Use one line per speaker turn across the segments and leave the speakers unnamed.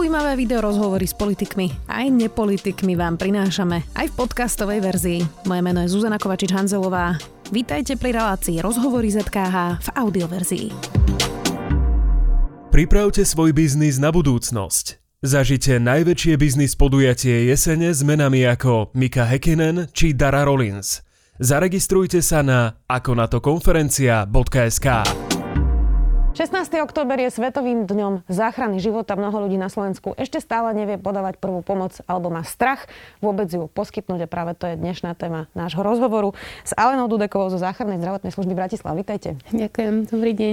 Zaujímavé video rozhovory s politikmi aj nepolitikmi vám prinášame aj v podcastovej verzii. Moje meno je Zuzana Kovačič-Hanzelová. Vítajte pri relácii Rozhovory ZKH v audioverzii.
Pripravte svoj biznis na budúcnosť. Zažite najväčšie biznis podujatie jesene s menami ako Mika Häkkinen či Dara Rollins. Zaregistrujte sa na akonatokonferencia.sk.
16. október je Svetovým dňom záchrany života. Mnoho ľudí na Slovensku ešte stále nevie podávať prvú pomoc alebo má strach vôbec ju poskytnúť. A práve to je dnešná téma nášho rozhovoru s Alenou Dudekovou zo Záchrannej zdravotnej služby Bratislava. Vítajte.
Ďakujem, dobrý deň.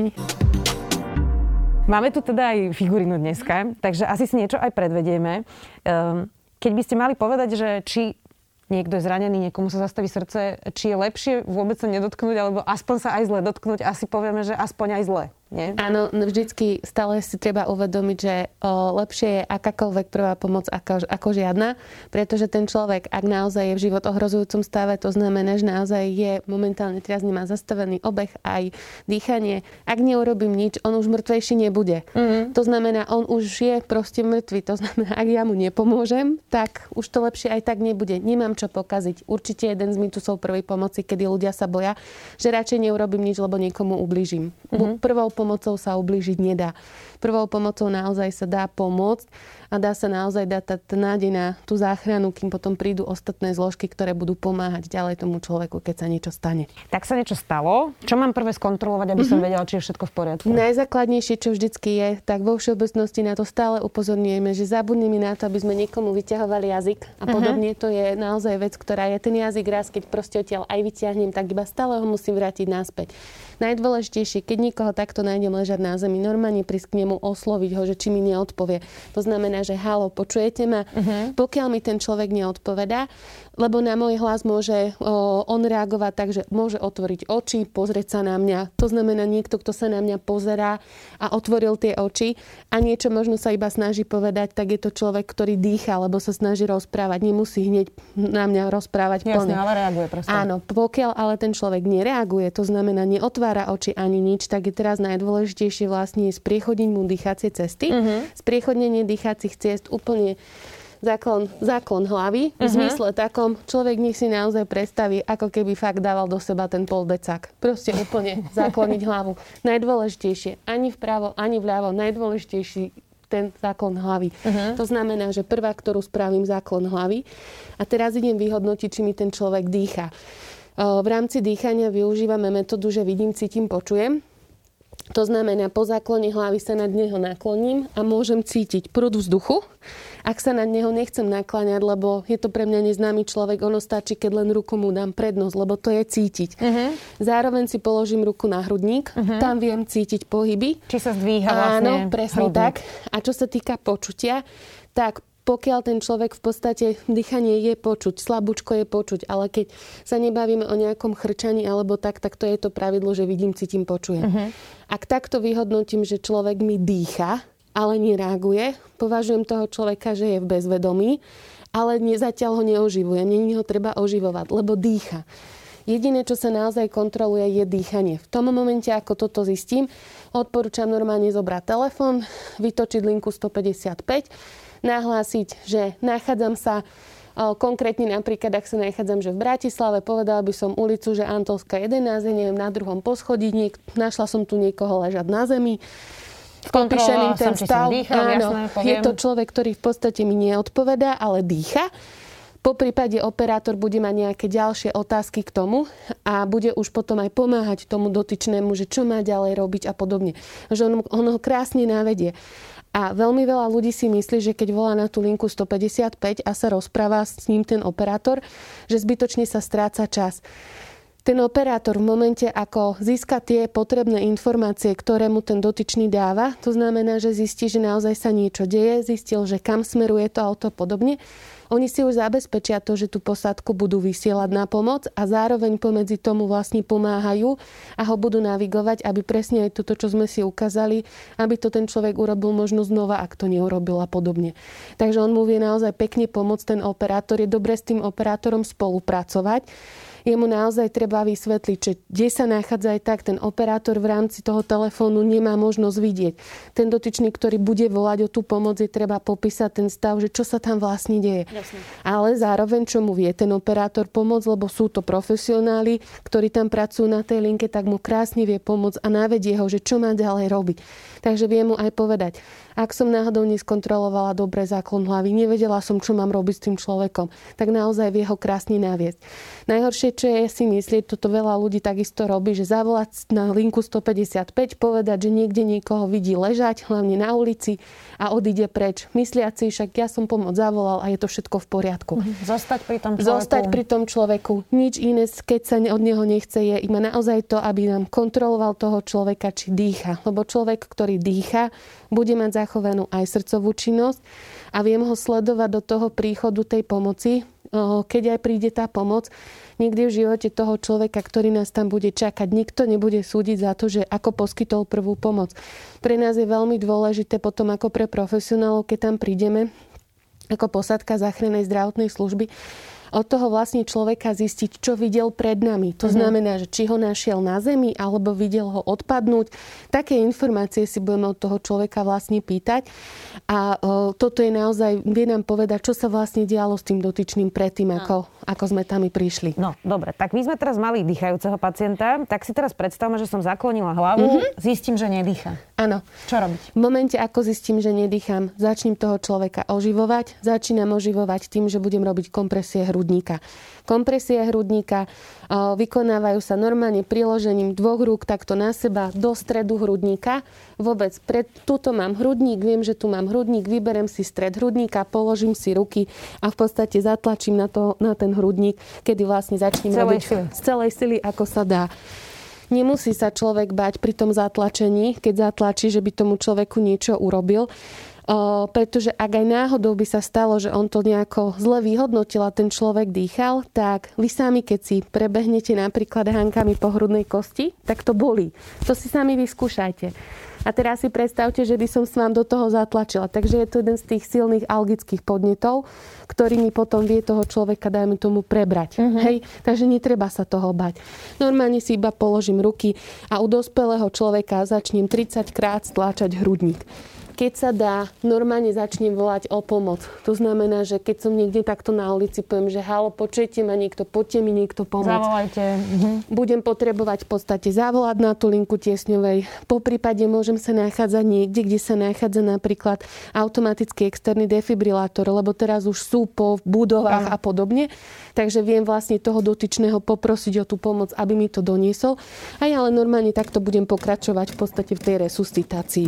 Máme tu teda aj figurinu dneska, takže asi si niečo aj predvedieme. Keď by ste mali povedať, že či niekto je zranený, niekomu sa zastaví srdce, či je lepšie vôbec sa nedotknúť, alebo aspoň sa aj zle dotknúť, asi povieme, že aspoň aj zle. Nie?
Áno, vždycky stále si treba uvedomiť, že lepšie je akákoľvek prvá pomoc ako žiadna, pretože ten človek, ak naozaj je v život ohrozujúcom stave, to znamená, že naozaj je momentálne teraz nemá zastavený obeh aj dýchanie. Ak neurobím nič, on už mŕtvejší nebude. To znamená, on už je proste mŕtvy. To znamená, ak ja mu nepomôžem, tak už to lepšie aj tak nebude. Nemám čo pokaziť. Určite jeden z mýtusov prvej pomoci, kedy ľudia sa boja, že radšej neurobím nič, lebo niekomu ublížim. Prvou pomocou sa ublížiť nedá. Prvou pomocou naozaj sa dá pomôcť a dá sa naozaj dať nádej na tú záchranu, kým potom prídu ostatné zložky, ktoré budú pomáhať ďalej tomu človeku, keď sa niečo stane.
Tak sa niečo stalo. Čo mám prvé skontrolovať, aby som vedela, či je všetko v poriadku?
Najzákladnejšie, čo vždycky je, tak vo všeobecnosti na to stále upozorňujeme, že zabudneme na to, aby sme niekomu vyťahovali jazyk a podobne. To je naozaj vec, ktorá je ten jazyk raz, keď proste odtiaľ aj vyťahnem, tak iba stále ho musím vrátiť naspäť. Najdôležitejšie, keď niekoho takto nájdem ležať na zemi, normálne prísť k nemu, osloviť ho, že či mi neodpovie. To znamená, že halo, počujete ma? Pokiaľ mi ten človek neodpovedá, lebo na môj hlas môže on reagovať tak, že môže otvoriť oči, pozrieť sa na mňa. To znamená niekto, kto sa na mňa pozerá a otvoril tie oči a niečo možno sa iba snaží povedať, tak je to človek, ktorý dýcha, alebo sa snaží rozprávať. Nemusí hneď na mňa rozprávať plne.
Jasne, ale reaguje proste.
Áno, pokiaľ ale ten človek nereaguje, to znamená neotvára oči ani nič, tak je teraz najdôležitejšie vlastne spriechodniť mu dýchacie cesty. Spriechodnenie dýchacích ciest úplne záklon hlavy. V zmysle takom, človek nech si naozaj predstaví, ako keby fakt dával do seba ten poldecák. Proste úplne zákloniť hlavu. Najdôležitejšie, ani vpravo, ani vľavo, najdôležitejší ten záklon hlavy. To znamená, že prvá, ktorú spravím, záklon hlavy. A teraz idem vyhodnotiť, či mi ten človek dýcha. V rámci dýchania využívame metódu, že vidím, cítim, počujem. To znamená, po záklone hlavy sa nad neho nakloním a môžem cítiť prúd vzduchu. Ak sa nad neho nechcem nakláňať, lebo je to pre mňa neznámy človek, ono stačí, keď len ruku mu dám prednosť, lebo to je cítiť. Zároveň si položím ruku na hrudník, tam viem cítiť pohyby.
Či sa zdvíha vlastne.
Áno, presne tak. A čo sa týka počutia, tak pokiaľ ten človek v podstate dýchanie je počuť, slabúčko je počuť, ale keď sa nebavíme o nejakom chrčaní alebo tak to je to pravidlo, že vidím, cítim, počujem. Ak takto vyhodnotím, že človek mi dýcha, ale nereaguje, považujem toho človeka, že je v bezvedomí, ale zatiaľ ho neoživujem. Nie ho treba oživovať, lebo dýcha. Jediné, čo sa naozaj kontroluje, je dýchanie. V tom momente, ako toto zistím, odporúčam normálne zobrať telefón, vytočiť linku 155, nahlásiť, že nachádzam sa konkrétne napríklad, ak sa nachádzam, že v Bratislave, povedala by som ulicu, že Antolská 11, neviem, na druhom poschodí, našla som tu niekoho ležať na zemi. Popíšem im ten stav. Áno, je to človek, ktorý v podstate mi neodpovedá, ale dýcha. Po prípade operátor bude mať nejaké ďalšie otázky k tomu a bude už potom aj pomáhať tomu dotyčnému, že čo má ďalej robiť a podobne. Že on ho krásne navedie. A veľmi veľa ľudí si myslí, že keď volá na tú linku 155 a sa rozpráva s ním ten operátor, že zbytočne sa stráca čas. Ten operátor v momente, ako získa tie potrebné informácie, ktoré mu ten dotyčný dáva, to znamená, že zistí, že naozaj sa niečo deje, zistil, že kam smeruje to auto podobne, oni si už zabezpečia to, že tú posádku budú vysielať na pomoc a zároveň pomedzi tomu vlastne pomáhajú a ho budú navigovať, aby presne aj toto, čo sme si ukázali, aby to ten človek urobil možno znova, ak to neurobil a podobne. Takže on mu vie naozaj pekne pomôcť, ten operátor. Je dobre s tým operátorom spolupracovať. jemu naozaj treba vysvetliť, že kde sa nachádza aj tak, ten operátor v rámci toho telefónu nemá možnosť vidieť. Ten dotyčný, ktorý bude volať o tú pomoc, je treba popísať ten stav, že čo sa tam vlastne deje.
Jasne.
Ale zároveň, čo mu vie ten operátor pomôcť, lebo sú to profesionáli, ktorí tam pracujú na tej linke, tak mu krásne vie pomôcť a navedie ho, že čo má ďalej robiť. Takže vie mu aj povedať, ak som náhodou neskontrolovala dobre záklon hlavy, nevedela som, čo mám robiť s tým človekom, tak naozaj vie ho krásne naviesť. Najhoršie, čo je si myslieť, toto veľa ľudí takisto robí, že zavolať na linku 155, povedať, že niekde niekoho vidí ležať, hlavne na ulici a odíde preč. Mysliaci, však ja som pomoc zavolal a je to všetko v poriadku.
Zostať pri tom človeku.
Zostať pri tom človeku. Nič iné, keď sa od neho nechce, je iba naozaj to, aby nám kontroloval toho človeka, či dýcha. Lebo človek, ktorý dýcha, bude mať zachovanú aj srdcovú činnosť a viem ho sledovať do toho príchodu tej pomoci, keď aj príde tá pomoc. Nikdy v živote toho človeka, ktorý nás tam bude čakať, nikto nebude súdiť za to, že ako poskytol prvú pomoc. Pre nás je veľmi dôležité potom ako pre profesionálov, keď tam prídeme ako posádka záchrannej zdravotnej služby, od toho vlastne človeka zistiť, čo videl pred nami. To znamená, že či ho našiel na zemi, alebo videl ho odpadnúť. Také informácie si budeme od toho človeka vlastne pýtať. A toto je naozaj, vie nám povedať, čo sa vlastne dialo s tým dotyčným predtým, ako sme tam prišli.
No, dobre. Tak my sme teraz mali dýchajúceho pacienta. Tak si teraz predstavme, že som zaklonila hlavu, zistím, že nedýcha.
Áno.
Čo robiť?
V momente, ako zistím, že nedýcham, začnem toho človeka oživovať. Začínam oživovať tým, že budem robiť kompresie hrudníka. Kompresie hrudníka vykonávajú sa normálne priložením 2 rúk takto na seba do stredu hrudníka. Vôbec tuto mám hrudník, viem, že tu mám hrudník, vyberem si stred hrudníka, položím si ruky a v podstate zatlačím na ten hrudník, kedy vlastne začnem robiť z celej sily, ako sa dá. Nemusí sa človek bať pri tom zatlačení, keď zatlačí, že by tomu človeku niečo urobil. Pretože ak aj náhodou by sa stalo, že on to nejako zle vyhodnotil a ten človek dýchal, tak vy sami, keď si prebehnete napríklad hankami po hrudnej kosti, tak to bolí. To si sami vyskúšajte. A teraz si predstavte, že by som s vám do toho zatlačila. Takže je to jeden z tých silných algických podnetov, ktorými potom vie toho človeka, dajme tomu, prebrať. Hej? Takže netreba sa toho bať. Normálne si iba položím ruky a u dospelého človeka začnem 30 krát stláčať hrudník. Keď sa dá, normálne začnem volať o pomoc. To znamená, že keď som niekde takto na ulici, poviem, že halo, počujete ma niekto, poďte mi niekto pomôcť.
Zavolajte.
Budem potrebovať v podstate zavolať na tú linku tiesňovej. Po prípade môžem sa nachádzať niekde, kde sa nachádza napríklad automatický externý defibrilátor, lebo teraz už sú po budovách a podobne. Takže viem vlastne toho dotyčného poprosiť o tú pomoc, aby mi to doniesol. A ja ale normálne takto budem pokračovať v podstate v tej resuscitácii.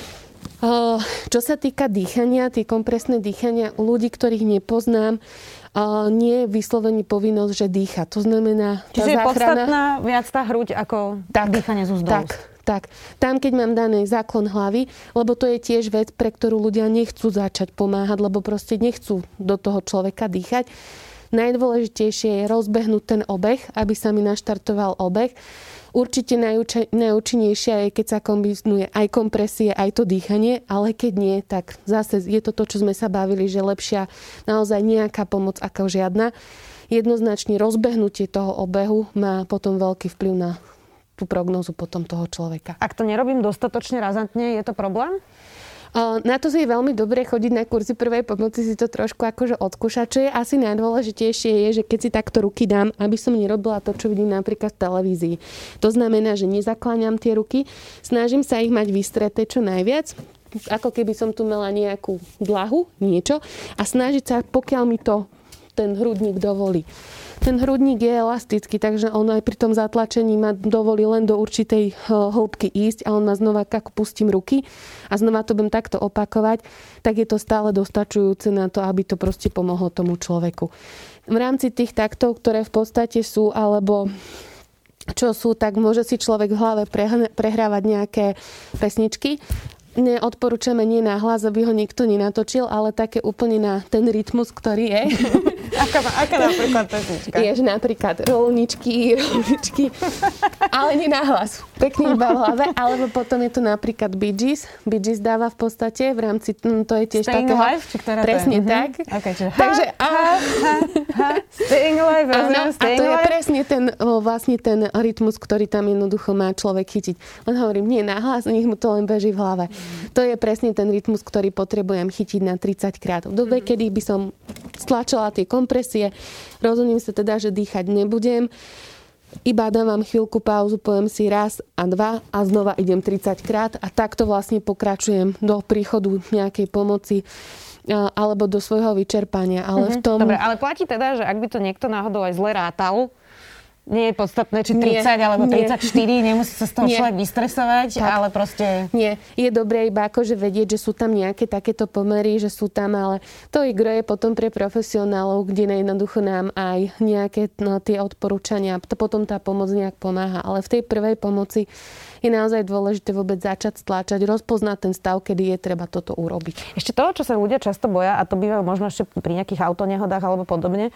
Čo sa týka dýchania, tie kompresné dýchania u ľudí, ktorých nepoznám, nie je vyslovene povinnosť, že dýcha. To znamená, tá
čiže
záchrana...
je podstatná viac tá hruď ako dýchanie z úzdou.
Tak. Tam, keď mám daný záklon hlavy, lebo to je tiež vec, pre ktorú ľudia nechcú začať pomáhať, lebo proste nechcú do toho človeka dýchať. Najdôležitejšie je rozbehnúť ten obeh, aby sa mi naštartoval obeh. Určite najúčinnejšia je, keď sa kombinuje aj kompresie, aj to dýchanie, ale keď nie, tak zase je to, čo sme sa bavili, že lepšia naozaj nejaká pomoc ako žiadna. Jednoznačne rozbehnutie toho obehu má potom veľký vplyv na tú prognózu potom toho človeka. Ak
to nerobím dostatočne razantne, je to problém?
Na to si je veľmi dobre chodiť na kurzy prvej pomoci, si to trošku akože odskúšať. Čo je asi najdôležitejšie je, že keď si takto ruky dám, aby som nerobila to, čo vidím napríklad v televízii. To znamená, že nezakláňam tie ruky, snažím sa ich mať vystreté čo najviac, ako keby som tu mala nejakú dlahu, niečo, a snažiť sa, pokiaľ mi to ten hrudník dovolí. Ten hrudník je elastický, takže on aj pri tom zatlačení ma dovolí len do určitej hĺbky ísť a on ma znova, ako pustím ruky a znova to budem takto opakovať, tak je to stále dostačujúce na to, aby to proste pomohlo tomu človeku. V rámci tých taktov, ktoré v podstate sú, alebo čo sú, tak môže si človek v hlave prehrávať nejaké pesničky. Neodporúčame nie nahlas, aby ho nikto nenatočil, ale také úplne na ten rytmus, ktorý je.
Aká napríklad pesnička?
Jež napríklad rolničky. Ale nie nahlas. Pekne iba v hlave. Alebo potom je to napríklad Bee Gees. Bee Gees dáva v podstate v rámci, to je tiež
Staying
takého...
Alive? Či ktorá
presne
to je?
tak.
Okay,
Takže
Staying Alive.
Áno, a
Staying
to je
Alive?
presne vlastne ten rytmus, ktorý tam jednoducho má človek chytiť. Len hovorím, nie nahlas, nech mu to len beží v hlave. To je presne ten rytmus, ktorý potrebujem chytiť na 30 krát. V dobe, kedy by som stlačila tie kompresie, rozhodnem sa teda, že dýchať nebudem. Iba dávam chvíľku pauzu, poviem si raz a dva a znova idem 30 krát a takto vlastne pokračujem do príchodu nejakej pomoci alebo do svojho vyčerpania. Ale v tom...
Dobre, ale platí teda, že ak by to niekto náhodou aj zle rátal, nie je podstatné, či 30 alebo 34, nemusí sa z toho človek vystresovať, tak, ale proste...
Nie, je dobré iba akože vedieť, že sú tam nejaké takéto pomery, že sú tam, ale to igro je potom pre profesionálov, kde jednoducho nám aj nejaké tie odporúčania, potom tá pomoc nejak pomáha. Ale v tej prvej pomoci je naozaj dôležité vôbec začať stláčať, rozpoznať ten stav, kedy je treba toto urobiť.
Ešte toho, čo sa ľudia často boja, a to bývajú možno ešte pri nejakých autonehodách alebo podobne,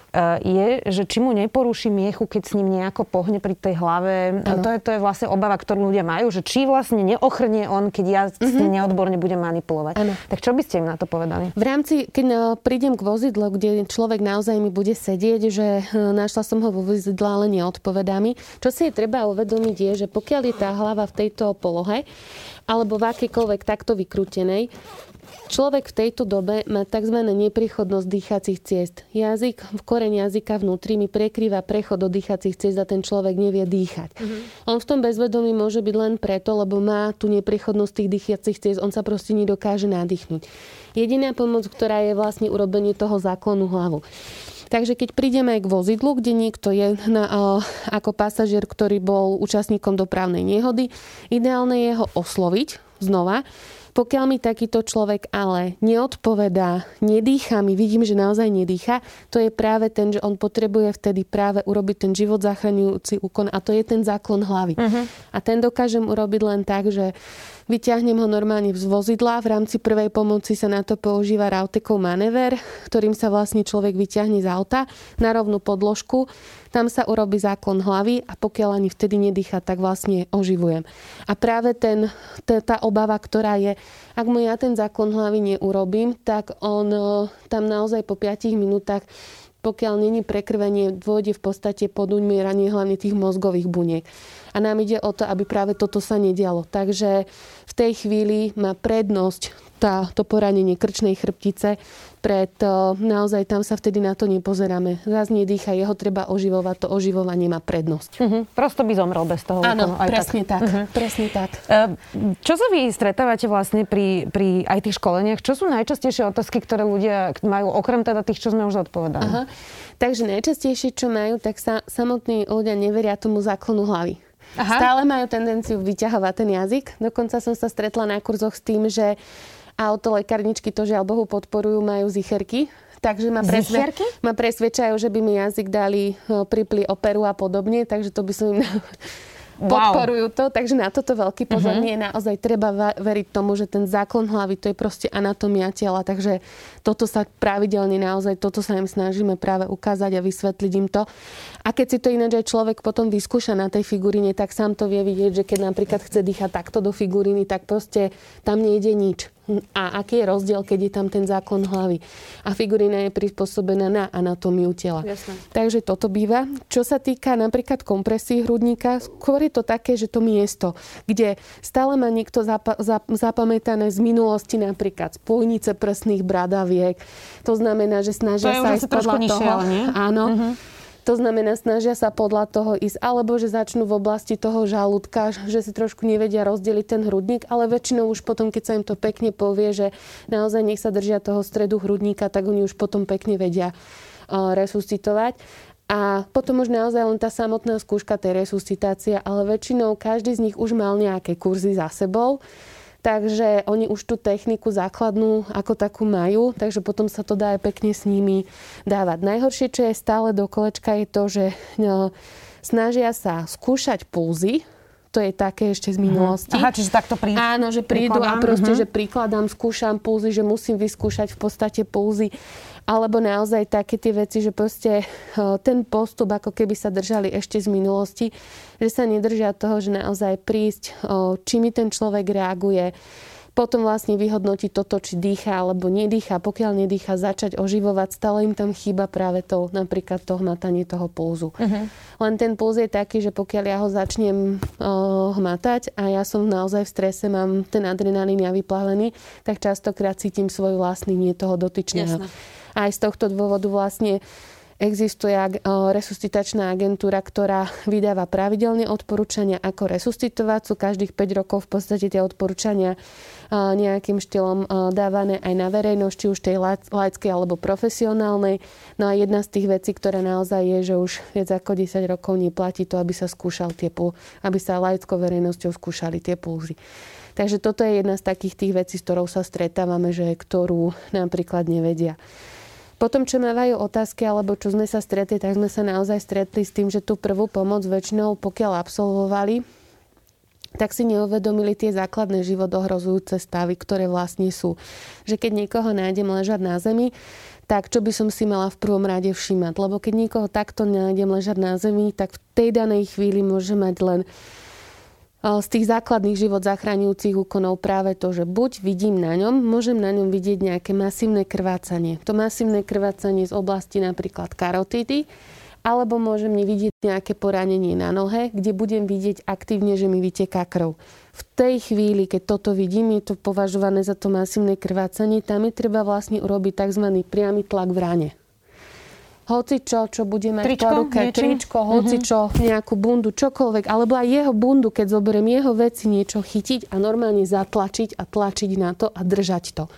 je, že či mu neporuší miechu, keď s ním nejako pohne pri tej hlave. To je vlastne obava, ktorú ľudia majú, že či vlastne neochrnie on, keď ja s ním neodborne budem manipulovať. Ano. Tak čo by ste im na to povedali?
V rámci, keď prídem k vozidlu, kde človek naozaj mi bude sedieť, že našla som ho vo vozidle, ale neodpovedá mi. Čo si je treba uvedomiť je, že pokiaľ je tá hlava v tejto polohe, alebo v akejkoľvek takto vykrútenej, človek v tejto dobe má tzv. Nepríchodnosť dýchacích ciest. Koreň jazyka vnútri mi prekrýva prechod do dýchacích ciest a ten človek nevie dýchať. On v tom bezvedomí môže byť len preto, lebo má tú nepríchodnosť tých dýchacích ciest, on sa proste nedokáže nadýchnuť. Jediná pomoc, ktorá je vlastne urobenie toho záklonu hlavu. Takže keď prídeme aj k vozidlu, kde niekto je ako pasažier, ktorý bol účastníkom dopravnej nehody, ideálne je ho osloviť znova. Pokiaľ mi takýto človek ale neodpovedá, nedýcha, my vidím, že naozaj nedýcha, to je práve ten, že on potrebuje vtedy práve urobiť ten život zachraňujúci úkon a to je ten záklon hlavy. A ten dokážem urobiť len tak, že vyťahnem ho normálne z vozidla. V rámci prvej pomoci sa na to používa Rautekov manéver, ktorým sa vlastne človek vyťahne z auta na rovnú podložku. Tam sa urobí záklon hlavy a pokiaľ ani vtedy nedýcha, tak vlastne oživujem. A práve tá obava, ktorá je, ak mu ja ten záklon hlavy neurobím, tak on tam naozaj po 5 minútach, pokiaľ není prekrvenie, dôjde v podstate pod umieranie hlavne tých mozgových buniek. A nám ide o to, aby práve toto sa nedialo. Takže v tej chvíli má prednosť to poranenie krčnej chrbtice naozaj tam sa vtedy na to nepozeráme. Zás nedýcha, jeho treba oživovať, to oživovanie má prednosť.
Prosto by zomrel bez toho.
Áno, presne tak. Presne tak.
Čo sa vy stretávate vlastne pri aj tých školeniach? Čo sú najčastejšie otázky, ktoré ľudia majú, okrem teda tých, čo sme už odpovedali?
Aha. Takže najčastejšie, čo majú, tak sa samotní ľudia neveria tomu záklonu hlavy. Aha. Stále majú tendenciu vyťahovať ten jazyk. Dokonca som sa stretla na kurzoch s tým, že autolekárničky to žiaľ Bohu podporujú, majú zicherky. Takže ma presvedčajú, že by mi jazyk dali, pripli operu a podobne. Takže to by som im... Podporujú to, takže na toto veľký pozor. Nie, naozaj treba veriť tomu, že ten záklon hlavy, to je proste anatómia tela, takže toto sa pravidelne naozaj, toto sa im snažíme práve ukázať a vysvetliť im to. A keď si to ináč aj človek potom vyskúša na tej figuríne, tak sám to vie vidieť, že keď napríklad chce dýchať takto do figuríny, tak proste tam nejde nič. A aký je rozdiel, keď je tam ten záklon hlavy. A figurína je prispôsobená na anatómiu tela.
Jasne.
Takže toto býva. Čo sa týka napríklad kompresí hrudníka, skôr je to také, že to miesto, kde stále má niekto zapamätané z minulosti napríklad spojnice prsných bradaviek. To znamená, že snažia sa ísť podľa toho. Áno. To znamená, snažia sa podľa toho ísť, alebo že začnú v oblasti toho žalúdka, že si trošku nevedia rozdeliť ten hrudník, ale väčšinou už potom, keď sa im to pekne povie, že naozaj nech sa držia toho stredu hrudníka, tak oni už potom pekne vedia resuscitovať. A potom už naozaj len tá samotná skúška tej resuscitácie, ale väčšinou každý z nich už mal nejaké kurzy za sebou. Takže oni už tú techniku základnú ako takú majú, takže potom sa to dá aj pekne s nimi dávať. Najhoršie, čo je stále do kolečka, je to, že snažia sa skúšať pulzy. To to je také ešte z minulosti.
Aha, čiže takto prídu.
Áno, že prídu a proste, že prikladám, skúšam pulzy, že musím vyskúšať v podstate pulzy. Alebo naozaj také tie veci, že proste ten postup, ako keby sa držali ešte z minulosti, že sa nedržia toho, že naozaj prísť, či mi ten človek reaguje, potom vlastne vyhodnotiť toto, či dýcha alebo nedýcha. Pokiaľ nedýcha, začať oživovať. Stále im tam chýba práve to, napríklad to hmatanie toho pulzu. Len ten puls je taký, že pokiaľ ja ho začnem hmatať a ja som naozaj v strese, mám ten adrenalín ja vyplavený, tak častokrát cítim svoj vlastný, nie toho dotyčného. Jasne. Aj z tohto dôvodu vlastne existuje resuscitačná agentúra, ktorá vydáva pravidelne odporúčania, ako resuscitovať. Sú každých 5 rokov v podstate tie odporúčania nejakým štýlom dávané aj na verejnosť, či už tej laickej alebo profesionálnej. No a jedna z tých vecí, ktorá naozaj je, že už viac ako 10 rokov neplatí to, aby sa skúšal aby sa laickou verejnosťou skúšali tie pulzy. Takže toto je jedna z takých tých vecí, s ktorou sa stretávame, že ktorú napríklad nevedia. Potom, čo mávajú otázky, alebo čo sme sa stretli, tak sme sa naozaj stretli s tým, že tú prvú pomoc väčšinou, pokiaľ absolvovali, tak si neuvedomili tie základné život ohrozujúce stavy, ktoré vlastne sú. Že keď niekoho nájdem ležať na zemi, tak čo by som si mala v prvom rade všímať? Lebo keď niekoho takto nájdem ležať na zemi, tak v tej danej chvíli môže mať len z tých základných život zachraňujúcich úkonov práve to, že buď vidím na ňom, môžem na ňom vidieť nejaké masívne krvácanie. To masívne krvácanie z oblasti napríklad karotidy, alebo môžem vidieť nejaké poranenie na nohe, kde budem vidieť aktívne, že mi vyteká krv. V tej chvíli, keď toto vidím, je to považované za to masívne krvácanie, tam je treba vlastne urobiť tzv. Priamy tlak v rane. Hoci čo bude mať po ruke, tričko, hoci čo, nejakú bundu, čokoľvek, alebo aj jeho bundu, keď zoberiem jeho veci, niečo chytiť a normálne zatlačiť a tlačiť na to a držať to.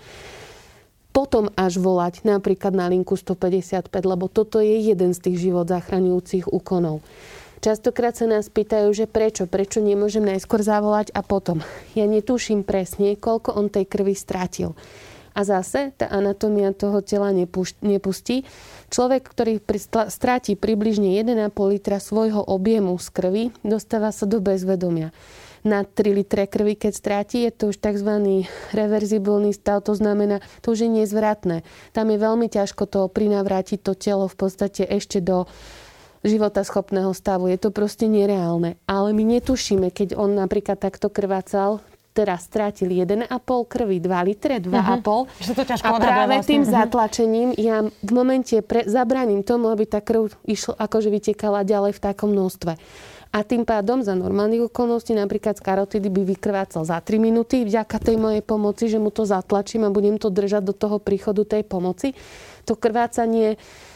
Potom až volať napríklad na linku 155, lebo toto je jeden z tých život zachraňujúcich úkonov. Častokrát sa nás pýtajú, že prečo nemôžem najskôr zavolať a potom. Ja netuším presne, koľko on tej krvi strátil. A zase tá anatómia toho tela nepustí. Človek, ktorý stráti približne 1,5 litra svojho objemu z krvi, dostáva sa do bezvedomia. Na 3 litre krvi, keď stráti, je to už tzv. Reverzibilný stav, to znamená, to už je nezvratné. Tam je veľmi ťažko to prinavrátiť to telo v podstate ešte do životaschopného stavu. Je to proste nereálne. Ale my netušíme, keď on napríklad takto krvácal, teraz strátili 1,5 krvi, 2 litre, 2,5. A práve tým zatlačením ja v momente zabraním tomu, aby tá krv išla, akože vytekala ďalej v takom množstve. A tým pádom za normálnych okolností napríklad z karotidy by vykrvácal za 3 minúty vďaka tej mojej pomoci, že mu to zatlačím a budem to držať do toho príchodu tej pomoci. To krvácanie,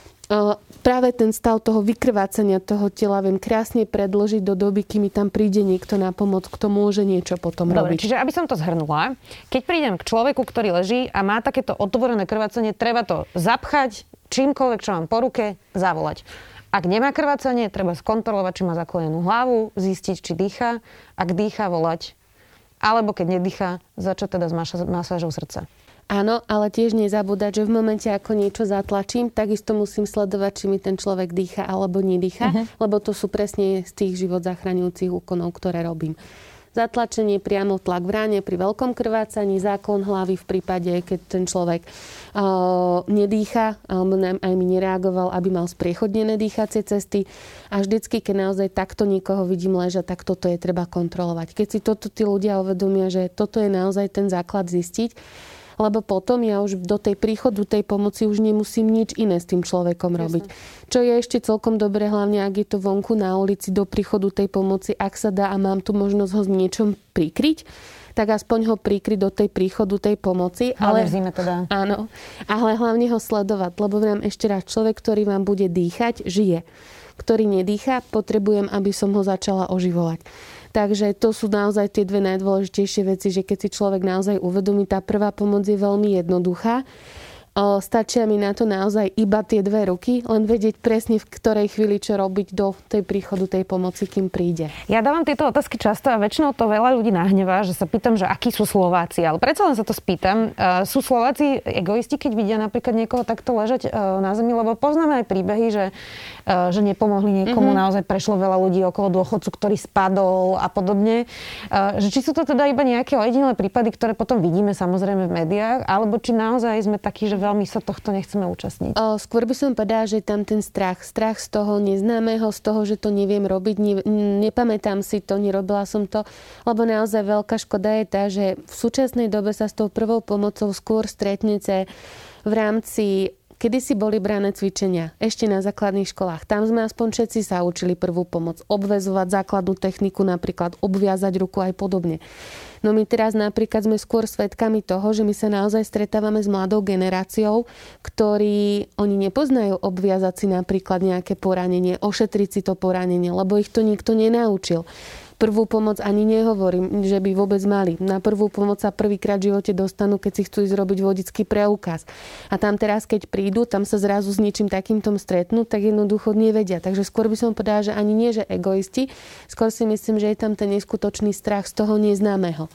práve ten stav toho vykrvácania toho tela viem krásne predložiť do doby, kým mi tam príde niekto na pomoc, kto môže niečo potom robiť.
Čiže aby som to zhrnula, keď prídem k človeku, ktorý leží a má takéto otvorené krvácanie, treba to zapchať čímkoľvek, čo mám po ruke, zavolať. Ak nemá krvácanie, treba skontrolovať, či má zaklojenú hlavu, zistiť, či dýcha. Ak dýcha, volať. Alebo keď nedýcha, začať teda s masážou srdca.
Áno, ale tiež nezabúdať, že v momente, ako niečo zatlačím, takisto musím sledovať, či mi ten človek dýcha alebo nedýcha, lebo to sú presne z tých život zachraňujúcich úkonov, ktoré robím. Zatlačenie, priamo tlak v ráne pri veľkom krvácaní, záklon hlavy v prípade, keď ten človek nedýcha, alebo aj mi nereagoval, aby mal spriechodnené dýchacie cesty. A vždycky, keď naozaj takto niekoho vidím ležať, tak toto je treba kontrolovať. Keď si toto tí ľudia uvedomia, že toto je naozaj ten základ zistiť, lebo potom ja už do tej príchodu tej pomoci už nemusím nič iné s tým človekom robiť. Čo je ešte celkom dobre, hlavne ak je to vonku na ulici do príchodu tej pomoci, ak sa dá a mám tu možnosť ho s niečom prikryť, tak aspoň ho prikryť do tej príchodu tej pomoci.
Ale v zime teda.
Áno, ale hlavne ho sledovať, lebo nám ešte raz človek, ktorý vám bude dýchať, žije. Ktorý nedýcha, potrebujem, aby som ho začala oživovať. Takže to sú naozaj tie dve najdôležitejšie veci, že keď si človek naozaj uvedomí, tá prvá pomoc je veľmi jednoduchá Stačia mi na to naozaj iba tie 2 ruky, len vedieť presne v ktorej chvíli čo robiť do tej príchodu tej pomoci, kým príde.
Ja dávam tieto otázky často a väčšinou to veľa ľudí nahnevá, že sa pýtam, že akí sú Slováci. Ale predsa len sa to spýtam. Sú Slováci egoisti, keď vidia napríklad niekoho takto ležať na zemi? Lebo poznáme aj príbehy, že nepomohli niekomu. Naozaj prešlo veľa ľudí okolo dôchodcu, ktorý spadol a podobne. Že či sú to teda iba nejaké ojedinelé prípady, ktoré potom vidíme samozrejme v médiách, alebo či naozaj sme takí, že veľmi sa tohto nechceme účastniť?
Skôr by som povedala, že tam ten strach z toho neznámeho, z toho, že to neviem robiť, nepamätám si to, nerobila som to, lebo naozaj veľká škoda je tá, že v súčasnej dobe sa s tou prvou pomocou skôr stretnete v rámci, kedysi boli brané cvičenia, ešte na základných školách. Tam sme aspoň všetci sa učili prvú pomoc, obväzovať základnú techniku, napríklad obviazať ruku aj podobne. No my teraz napríklad sme skôr svedkami toho, že my sa naozaj stretávame s mladou generáciou, ktorí oni nepoznajú obviazať si napríklad nejaké poranenie, ošetriť si to poranenie, lebo ich to nikto nenaučil. Prvú pomoc ani nehovorím, že by vôbec mali. Na prvú pomoc sa prvýkrát v živote dostanú, keď si chcú ísť robiť vodický preukaz. A tam teraz, keď prídu, tam sa zrazu s niečím takýmto stretnú, tak jednoducho nevedia. Takže skôr by som povedala, že ani nie, že egoisti, skôr si myslím, že je tam ten neskutočný strach z toho neznámeho.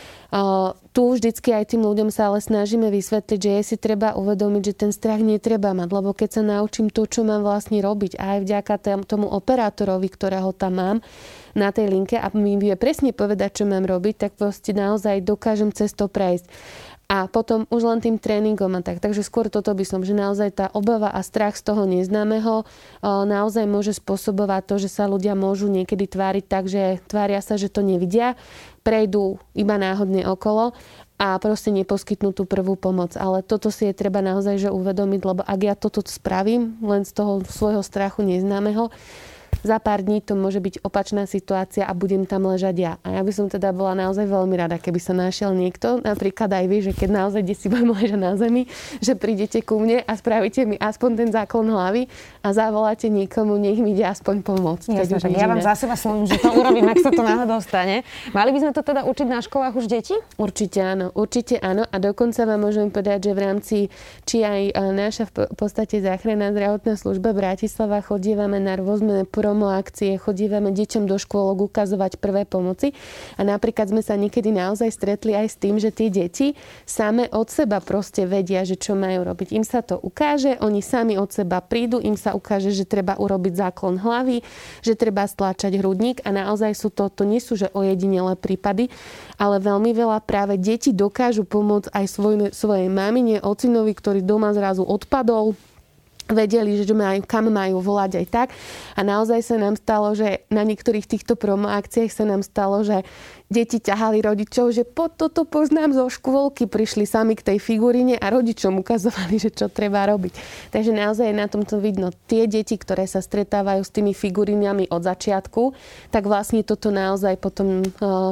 Tu vždycky aj tým ľuďom sa ale snažíme vysvetliť, že je si treba uvedomiť, že ten strach netreba mať, lebo keď sa naučím to, čo mám vlastne robiť a aj vďaka tomu operátorovi, ktorého tam mám na tej linke a mi vie presne povedať, čo mám robiť, tak proste naozaj dokážem cez to prejsť. A potom už len tým tréningom a tak. Takže skôr toto by som, že naozaj tá obava a strach z toho neznámeho naozaj môže spôsobovať to, že sa ľudia môžu niekedy tváriť tak, že tvária sa, že to nevidia, prejdú iba náhodne okolo a proste neposkytnú tú prvú pomoc. Ale toto si je treba naozaj že uvedomiť, lebo ak ja toto spravím len z toho svojho strachu neznámeho, za pár dní to môže byť opačná situácia a budem tam ležať ja. A ja by som teda bola naozaj veľmi rada, keby sa našiel niekto, napríklad aj vy, že keď naozaj si budem ležať na zemi, že prídete ku mne a spravíte mi aspoň ten záklon hlavy a zavoláte niekomu, nech mi ide aspoň pomôcť.
Jasne, tak ja vám za seba slúbim, že to urobím, ak sa to náhodou stane. Mali by sme to teda učiť na školách už deti?
Určite áno. A dokonca vám môžem povedať, že v rámci, či aj naša v podstate záchranná zdravotná služba Bratislava chodívame na rôzne promo akcie, chodívame deťom do škôlok ukazovať prvé pomoci a napríklad sme sa niekedy naozaj stretli aj s tým, že tie deti same od seba proste vedia, že čo majú robiť. Im sa to ukáže, oni sami od seba prídu, im sa ukáže, že treba urobiť záklon hlavy, že treba stláčať hrudník a naozaj sú to nie sú že ojedinelé prípady, ale veľmi veľa práve deti dokážu pomôcť aj svojej mamine, ocinovi, ktorý doma zrazu odpadol, vedeli, že kam majú volať aj tak. A naozaj sa nám stalo, že na niektorých týchto promo akciách sa nám stalo, že deti ťahali rodičov, že toto poznám zo škôlky, prišli sami k tej figuríne a rodičom ukazovali, že čo treba robiť. Takže naozaj na tomto vidno tie deti, ktoré sa stretávajú s tými figurínami od začiatku, tak vlastne toto naozaj potom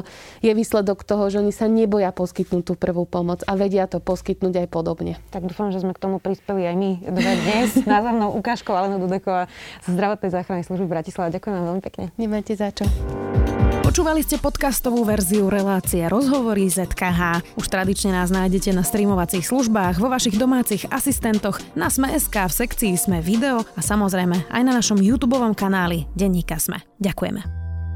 je výsledok toho, že oni sa neboja poskytnúť tú prvú pomoc a vedia to poskytnúť aj podobne.
Tak dúfam, že sme k tomu prispeli aj my dnes. Názvnou ukážkou Alena Dudeková z zdravotnej záchrannej služby Bratislava. Ďakujem vám veľmi pekne.
Nemáte za čo.
Počúvali ste podcastovú verziu relácie Rozhovory ZKH. Už tradične nás nájdete na streamovacích službách, vo vašich domácich asistentoch, na Sme.sk, v sekcii Sme video a samozrejme aj na našom YouTubeovom kanáli Denníka Sme. Ďakujeme.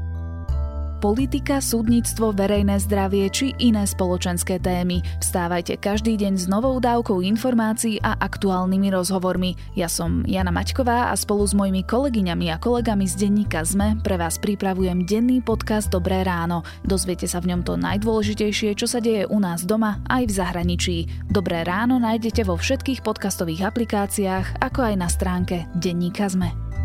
Politika, súdnictvo, verejné zdravie či iné spoločenské témy. Vstávajte každý deň s novou dávkou informácií a aktuálnymi rozhovormi. Ja som Jana Maťková a spolu s mojimi kolegyňami a kolegami z denníka SME pre vás pripravujem denný podcast Dobré ráno. Dozviete sa v ňom to najdôležitejšie, čo sa deje u nás doma aj v zahraničí. Dobré ráno nájdete vo všetkých podcastových aplikáciách, ako aj na stránke denníka SME.